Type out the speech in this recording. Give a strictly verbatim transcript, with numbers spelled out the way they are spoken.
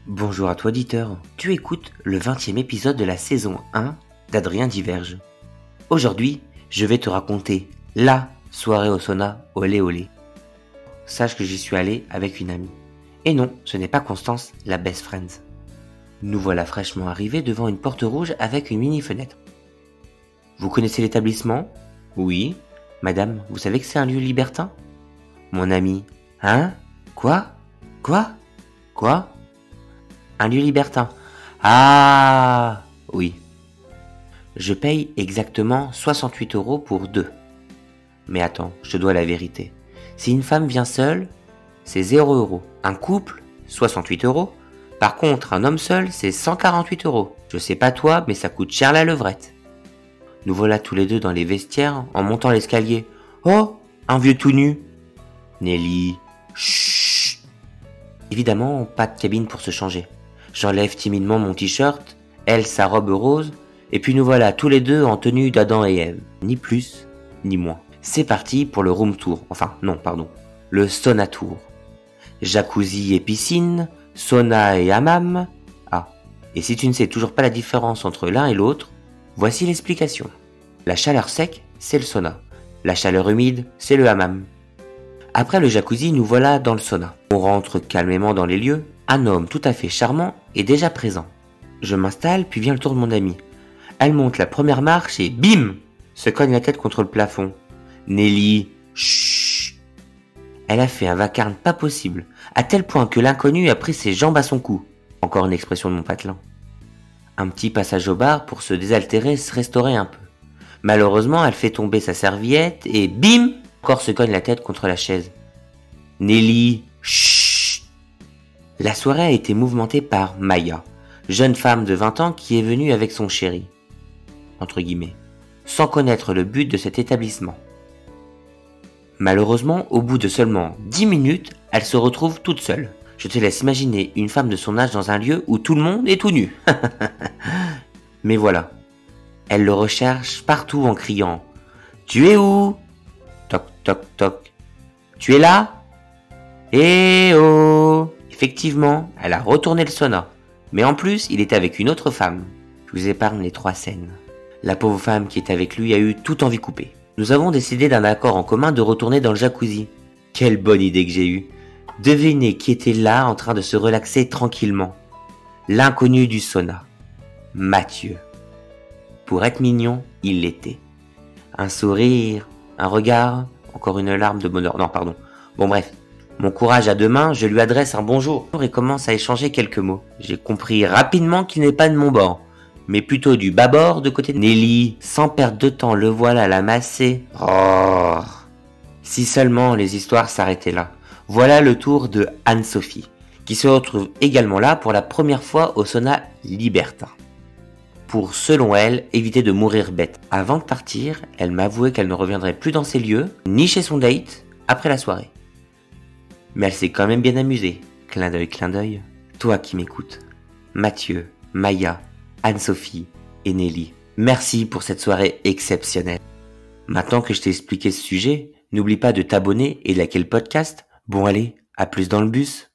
Bonjour à toi auditeur, tu écoutes le vingtième épisode de la saison un d'Adrien Diverge. Aujourd'hui, je vais te raconter LA soirée au sauna olé olé. Sache que j'y suis allé avec une amie. Et non, ce n'est pas Constance, la best friend. Nous voilà fraîchement arrivés devant une porte rouge avec une mini fenêtre. Vous connaissez l'établissement ? Oui. Madame, vous savez que c'est un lieu libertin ? Mon ami, hein ? Quoi ? Quoi ? Quoi ? Un lieu libertin. Ah oui. Je paye exactement soixante-huit euros pour deux. Mais attends, je te dois la vérité. Si une femme vient seule, c'est zéro euros. Un couple, soixante-huit euros. Par contre, un homme seul, c'est cent quarante-huit euros. Je sais pas toi, mais ça coûte cher la levrette. Nous voilà tous les deux dans les vestiaires en montant l'escalier. Oh, un vieux tout nu. Nelly, chut. Évidemment, pas de cabine pour se changer. J'enlève timidement mon t-shirt, elle sa robe rose, et puis nous voilà tous les deux en tenue d'Adam et Ève. Ni plus, ni moins. C'est parti pour le room tour. Enfin, non, pardon. Le sauna tour. Jacuzzi et piscine, sauna et hammam. Ah, et si tu ne sais toujours pas la différence entre l'un et l'autre, voici l'explication. La chaleur sec, c'est le sauna. La chaleur humide, c'est le hammam. Après le jacuzzi, nous voilà dans le sauna. On rentre calmement dans les lieux. Un homme tout à fait charmant est déjà présent. Je m'installe, puis vient le tour de mon amie. Elle monte la première marche et bim, se cogne la tête contre le plafond. Nelly, chut. Elle a fait un vacarme pas possible, à tel point que l'inconnu a pris ses jambes à son cou. Encore une expression de mon patelin. Un petit passage au bar pour se désaltérer, se restaurer un peu. Malheureusement, elle fait tomber sa serviette et bim, encore se cogne la tête contre la chaise. Nelly, chut. La soirée a été mouvementée par Maya, jeune femme de vingt ans qui est venue avec son chéri, entre guillemets, sans connaître le but de cet établissement. Malheureusement, au bout de seulement dix minutes, elle se retrouve toute seule. Je te laisse imaginer une femme de son âge dans un lieu où tout le monde est tout nu. Mais voilà, elle le recherche partout en criant « Tu es où ?» Toc toc toc. « Tu es là ? Eh oh !» Effectivement, elle a retourné le sauna. Mais en plus, il était avec une autre femme. Je vous épargne les trois scènes. La pauvre femme qui était avec lui a eu toute envie coupée. Nous avons décidé d'un accord en commun de retourner dans le jacuzzi. Quelle bonne idée que j'ai eue. Devinez qui était là en train de se relaxer tranquillement. L'inconnu du sauna. Mathieu. Pour être mignon, il l'était. Un sourire, un regard, encore une larme de bonheur. Non, pardon. Bon bref. Mon courage à deux mains, je lui adresse un bonjour et commence à échanger quelques mots. J'ai compris rapidement qu'il n'est pas de mon bord, mais plutôt du bâbord de côté de Nelly. Sans perdre de temps, le voilà la masser. Oh. Si seulement les histoires s'arrêtaient là. Voilà le tour de Anne-Sophie, qui se retrouve également là pour la première fois au sauna libertin. Pour, selon elle, éviter de mourir bête. Avant de partir, elle m'a avoué qu'elle ne reviendrait plus dans ces lieux, ni chez son date, après la soirée. Mais elle s'est quand même bien amusée. Clin d'œil, clin d'œil. Toi qui m'écoutes. Mathieu, Maya, Anne-Sophie et Nelly. Merci pour cette soirée exceptionnelle. Maintenant que je t'ai expliqué ce sujet, n'oublie pas de t'abonner et de liker le podcast. Bon allez, à plus dans le bus.